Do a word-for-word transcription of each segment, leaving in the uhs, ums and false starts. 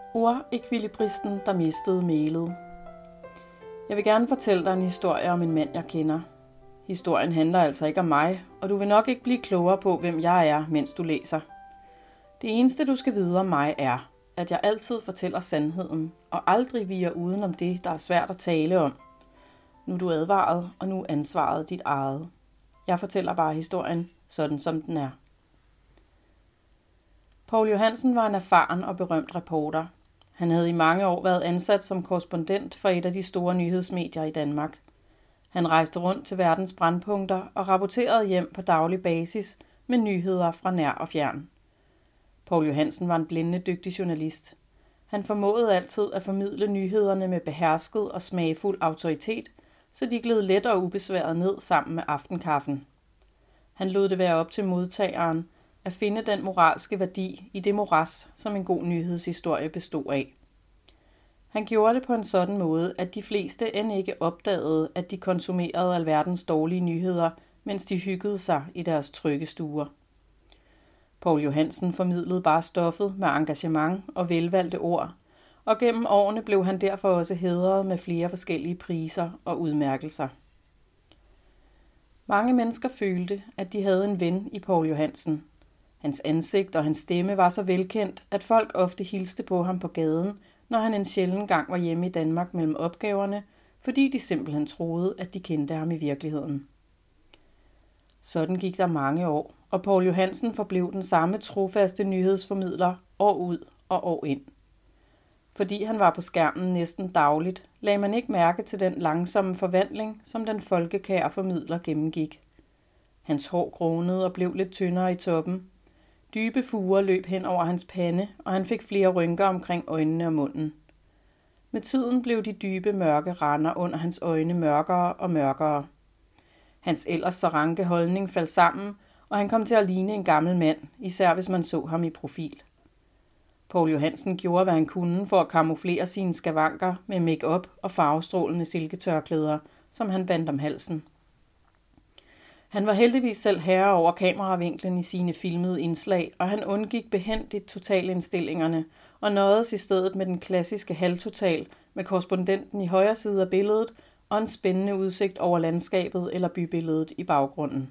Ordekvilibristen, der mistede mælet. Jeg vil gerne fortælle dig en historie om en mand, jeg kender. Historien handler altså ikke om mig, og du vil nok ikke blive klogere på, hvem jeg er, mens du læser. Det eneste, du skal vide om mig er, at jeg altid fortæller sandheden, og aldrig viger uden om det, der er svært at tale om. Nu er du advaret, og nu er ansvaret dit eget. Jeg fortæller bare historien, sådan som den er. Poul Johansen var en erfaren og berømt reporter. Han havde i mange år været ansat som korrespondent for et af de store nyhedsmedier i Danmark. Han rejste rundt til verdens brandpunkter og rapporterede hjem på daglig basis med nyheder fra nær og fjern. Poul Johansen var en blændende dygtig journalist. Han formåede altid at formidle nyhederne med behersket og smagfuld autoritet, så de gled let og ubesværet ned sammen med aftenkaffen. Han lod det være op til modtageren at finde den moralske værdi i det moras, som en god nyhedshistorie bestod af. Han gjorde det på en sådan måde, at de fleste end ikke opdagede, at de konsumerede alverdens dårlige nyheder, mens de hyggede sig i deres trygge stuer. Poul Johansen formidlede bare stoffet med engagement og velvalgte ord, og gennem årene blev han derfor også hædret med flere forskellige priser og udmærkelser. Mange mennesker følte, at de havde en ven i Poul Johansen. Hans ansigt og hans stemme var så velkendt, at folk ofte hilste på ham på gaden, når han en sjælden gang var hjemme i Danmark mellem opgaverne, fordi de simpelthen troede, at de kendte ham i virkeligheden. Sådan gik der mange år, og Poul Johansen forblev den samme trofaste nyhedsformidler år ud og år ind. Fordi han var på skærmen næsten dagligt, lagde man ikke mærke til den langsomme forvandling, som den folkekære formidler gennemgik. Hans hår grånede og blev lidt tyndere i toppen. Dybe furer løb hen over hans pande, og han fik flere rynker omkring øjnene og munden. Med tiden blev de dybe, mørke render under hans øjne mørkere og mørkere. Hans ellers så ranke holdning faldt sammen, og han kom til at ligne en gammel mand, især hvis man så ham i profil. Poul Johansen gjorde, hvad han kunne for at kamuflere sine skavanker med make-up og farvestrålende silketørklæder, som han bandt om halsen. Han var heldigvis selv herre over kameravinklen i sine filmede indslag, og han undgik behændigt totalindstillingerne og nåedes i stedet med den klassiske halvtotal med korrespondenten i højre side af billedet og en spændende udsigt over landskabet eller bybilledet i baggrunden.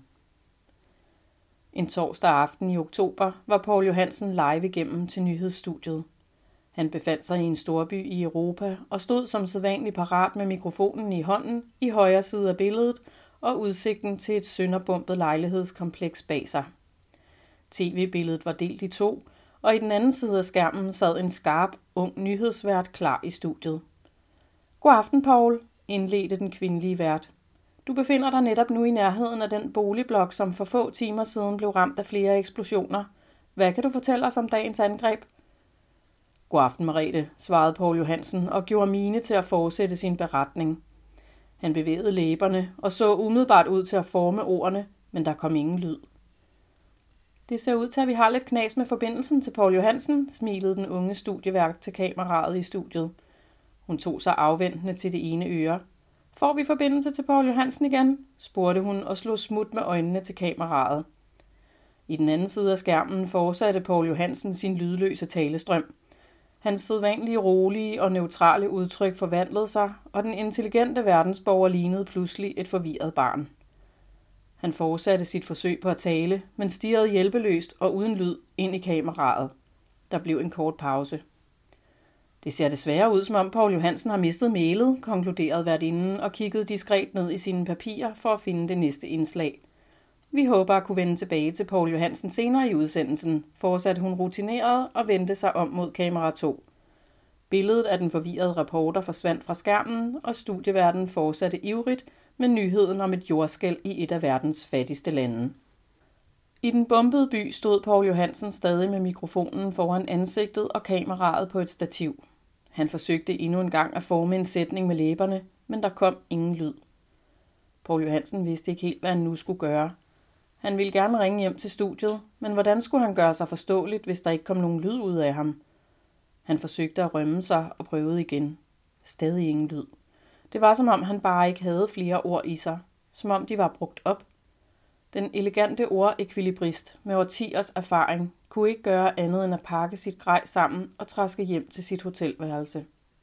En torsdag aften i oktober var Poul Johansen live igennem til nyhedsstudiet. Han befandt sig i en storby i Europa og stod som sædvanlig parat med mikrofonen i hånden i højre side af billedet og udsigten til et sønderbumpet lejlighedskompleks bag sig. T V-billedet var delt i to, og i den anden side af skærmen sad en skarp, ung nyhedsvært klar i studiet. God aften, Poul, indledte den kvindelige vært. Du befinder dig netop nu i nærheden af den boligblok, som for få timer siden blev ramt af flere eksplosioner. Hvad kan du fortælle os om dagens angreb? God aften, Merete, svarede Poul Johansen og gjorde mine til at fortsætte sin beretning. Han bevægede læberne og så umiddelbart ud til at forme ordene, men der kom ingen lyd. Det ser ud til, at vi har lidt knas med forbindelsen til Poul Johansen, smilede den unge studievært til kameraet i studiet. Hun tog sig afventende til det ene øre. Får vi forbindelse til Poul Johansen igen? Spurgte hun og slog smut med øjnene til kameraet. I den anden side af skærmen fortsatte Poul Johansen sin lydløse talestrøm. Hans sædvanlige rolige og neutrale udtryk forvandlede sig, og den intelligente verdensborger lignede pludselig et forvirret barn. Han fortsatte sit forsøg på at tale, men stirrede hjælpeløst og uden lyd ind i kameraet. Der blev en kort pause. Det ser desværre ud, som om Poul Johansen har mistet mælet, konkluderede værtinden og kiggede diskret ned i sine papirer for at finde det næste indslag. Vi håber at kunne vende tilbage til Poul Johansen senere i udsendelsen, fortsatte hun rutineret og vendte sig om mod kamera to. Billedet af den forvirrede reporter forsvandt fra skærmen, og studieværten fortsatte ivrigt med nyheden om et jordskælv i et af verdens fattigste lande. I den bombede by stod Poul Johansen stadig med mikrofonen foran ansigtet og kameraet på et stativ. Han forsøgte endnu en gang at forme en sætning med læberne, men der kom ingen lyd. Poul Johansen vidste ikke helt, hvad han nu skulle gøre. Han ville gerne ringe hjem til studiet, men hvordan skulle han gøre sig forståeligt, hvis der ikke kom nogen lyd ud af ham? Han forsøgte at rømme sig og prøvede igen. Stadig ingen lyd. Det var som om han bare ikke havde flere ord i sig, som om de var brugt op. Den elegante ordekvilibrist med årtiers erfaring kunne ikke gøre andet end at pakke sit grej sammen og traske hjem til sit hotelværelse.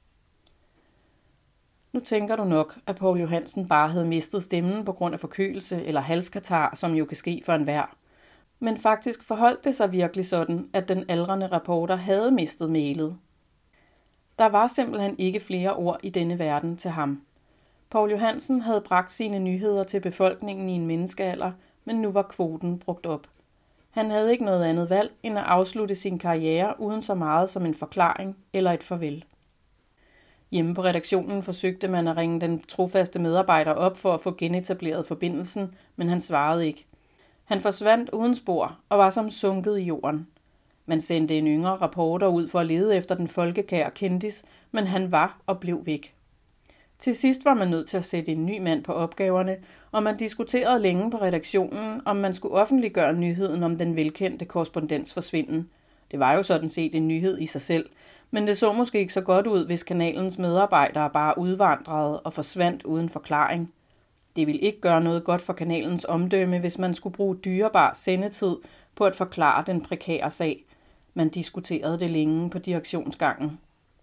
Nu tænker du nok, at Poul Johansen bare havde mistet stemmen på grund af forkølelse eller halskatarr, som jo kan ske for enhver. Men faktisk forholdt det sig virkelig sådan, at den aldrende reporter havde mistet mælet. Der var simpelthen ikke flere ord i denne verden til ham. Poul Johansen havde bragt sine nyheder til befolkningen i en menneskealder, men nu var kvoten brugt op. Han havde ikke noget andet valg end at afslutte sin karriere uden så meget som en forklaring eller et farvel. Hjemme på redaktionen forsøgte man at ringe den trofaste medarbejder op for at få genetableret forbindelsen, men han svarede ikke. Han forsvandt uden spor og var som sunket i jorden. Man sendte en yngre reporter ud for at lede efter den folkekære kendis, men han var og blev væk. Til sidst var man nødt til at sætte en ny mand på opgaverne, og man diskuterede længe på redaktionen, om man skulle offentliggøre nyheden om den velkendte korrespondents forsvinden. Det var jo sådan set en nyhed i sig selv, men det så måske ikke så godt ud, hvis kanalens medarbejdere bare udvandrede og forsvandt uden forklaring. Det ville ikke gøre noget godt for kanalens omdømme, hvis man skulle bruge dyrebar sendetid på at forklare den prekære sag. Man diskuterede det længe på direktionsgangen.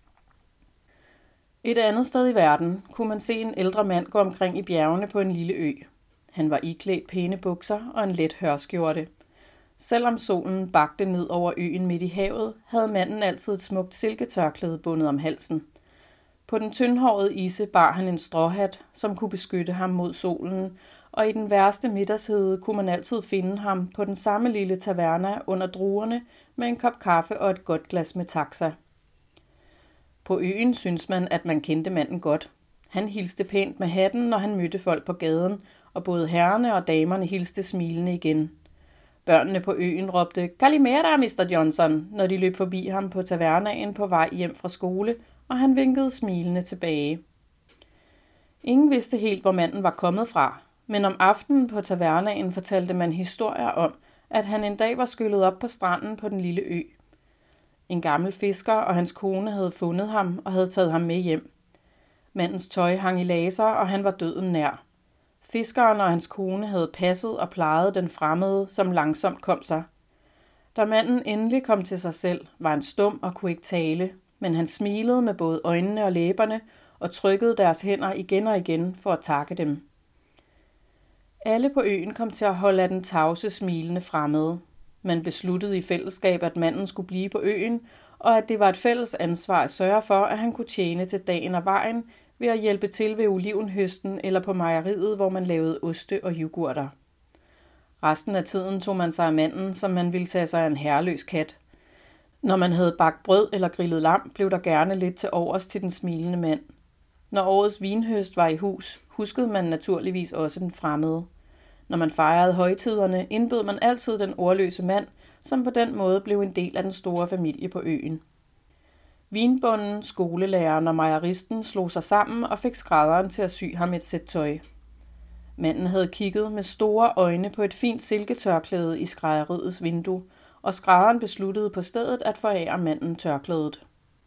Et andet sted i verden kunne man se en ældre mand gå omkring i bjergene på en lille ø. Han var iklædt pæne bukser og en let hørskjorte. Selvom solen bagte ned over øen midt i havet, havde manden altid et smukt silketørklæde bundet om halsen. På den tyndhårede isse bar han en stråhat, som kunne beskytte ham mod solen, og i den værste middagshede kunne man altid finde ham på den samme lille taverna under druerne med en kop kaffe og et godt glas med taxa. På øen synes man, at man kendte manden godt. Han hilste pænt med hatten, når han mødte folk på gaden, og både herrerne og damerne hilste smilende igen. Børnene på øen råbte "Kalimera, mister Johnson", når de løb forbi ham på tavernaen på vej hjem fra skole, og han vinkede smilende tilbage. Ingen vidste helt, hvor manden var kommet fra, men om aftenen på tavernaen fortalte man historier om, at han en dag var skyllet op på stranden på den lille ø. En gammel fisker og hans kone havde fundet ham og havde taget ham med hjem. Mandens tøj hang i laser, og han var døden nær. Fiskeren og hans kone havde passet og plejet den fremmede, som langsomt kom sig. Da manden endelig kom til sig selv, var han stum og kunne ikke tale, men han smilede med både øjnene og læberne og trykkede deres hænder igen og igen for at takke dem. Alle på øen kom til at holde af den tavse, smilende fremmede. Man besluttede i fællesskab, at manden skulle blive på øen, og at det var et fælles ansvar at sørge for, at han kunne tjene til dagen og vejen ved at hjælpe til ved olivenhøsten eller på mejeriet, hvor man lavede oste og yoghurter. Resten af tiden tog man sig af manden, som man ville tage sig af en herreløs kat. Når man havde bagt brød eller grillet lam, blev der gerne lidt til overs til den smilende mand. Når årets vinhøst var i hus, huskede man naturligvis også den fremmede. Når man fejrede højtiderne, indbød man altid den ordløse mand, som på den måde blev en del af den store familie på øen. Vinbonden, skolelæreren og mejeristen slog sig sammen og fik skrædderen til at sy ham et sæt tøj. Manden havde kigget med store øjne på et fint silketørklæde i skrædderiets vindue, og skrædderen besluttede på stedet at forære manden tørklædet.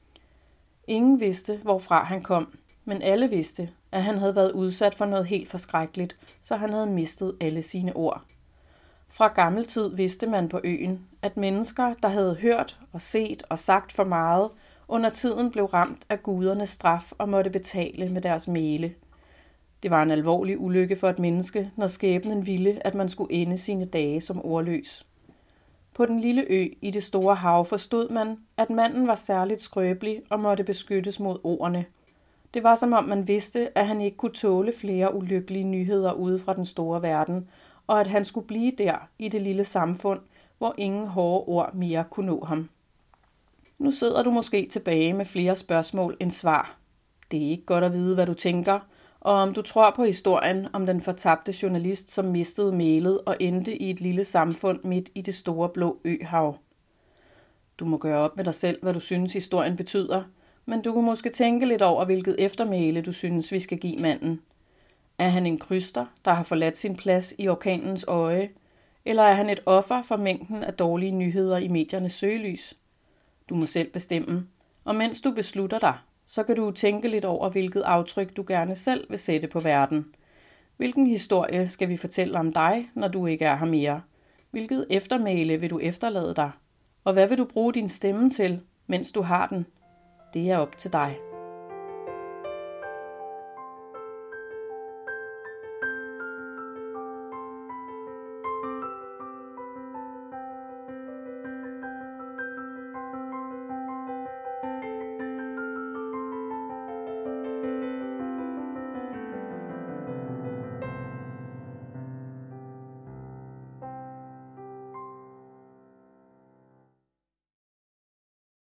Ingen vidste, hvorfra han kom, men alle vidste, at han havde været udsat for noget helt forskrækkeligt, så han havde mistet alle sine ord. Fra gammel tid vidste man på øen, at mennesker, der havde hørt og set og sagt for meget, under tiden blev ramt af gudernes straf og måtte betale med deres mæle. Det var en alvorlig ulykke for et menneske, når skæbnen ville, at man skulle ende sine dage som ordløs. På den lille ø i det store hav forstod man, at manden var særligt skrøbelig og måtte beskyttes mod ordene. Det var som om man vidste, at han ikke kunne tåle flere ulykkelige nyheder ude fra den store verden, og at han skulle blive der i det lille samfund, hvor ingen hårde ord mere kunne nå ham. Nu sidder du måske tilbage med flere spørgsmål end svar. Det er ikke godt at vide, hvad du tænker, og om du tror på historien om den fortabte journalist, som mistede mælet og endte i et lille samfund midt i det store blå øhav. Du må gøre op med dig selv, hvad du synes historien betyder, men du kan måske tænke lidt over, hvilket eftermæle du synes, vi skal give manden. Er han en kryster, der har forladt sin plads i orkanens øje, eller er han et offer for mængden af dårlige nyheder i mediernes søgelys? Du må selv bestemme, og mens du beslutter dig, så kan du tænke lidt over, hvilket aftryk du gerne selv vil sætte på verden. Hvilken historie skal vi fortælle om dig, når du ikke er her mere? Hvilket eftermæle vil du efterlade dig? Og hvad vil du bruge din stemme til, mens du har den? Det er op til dig.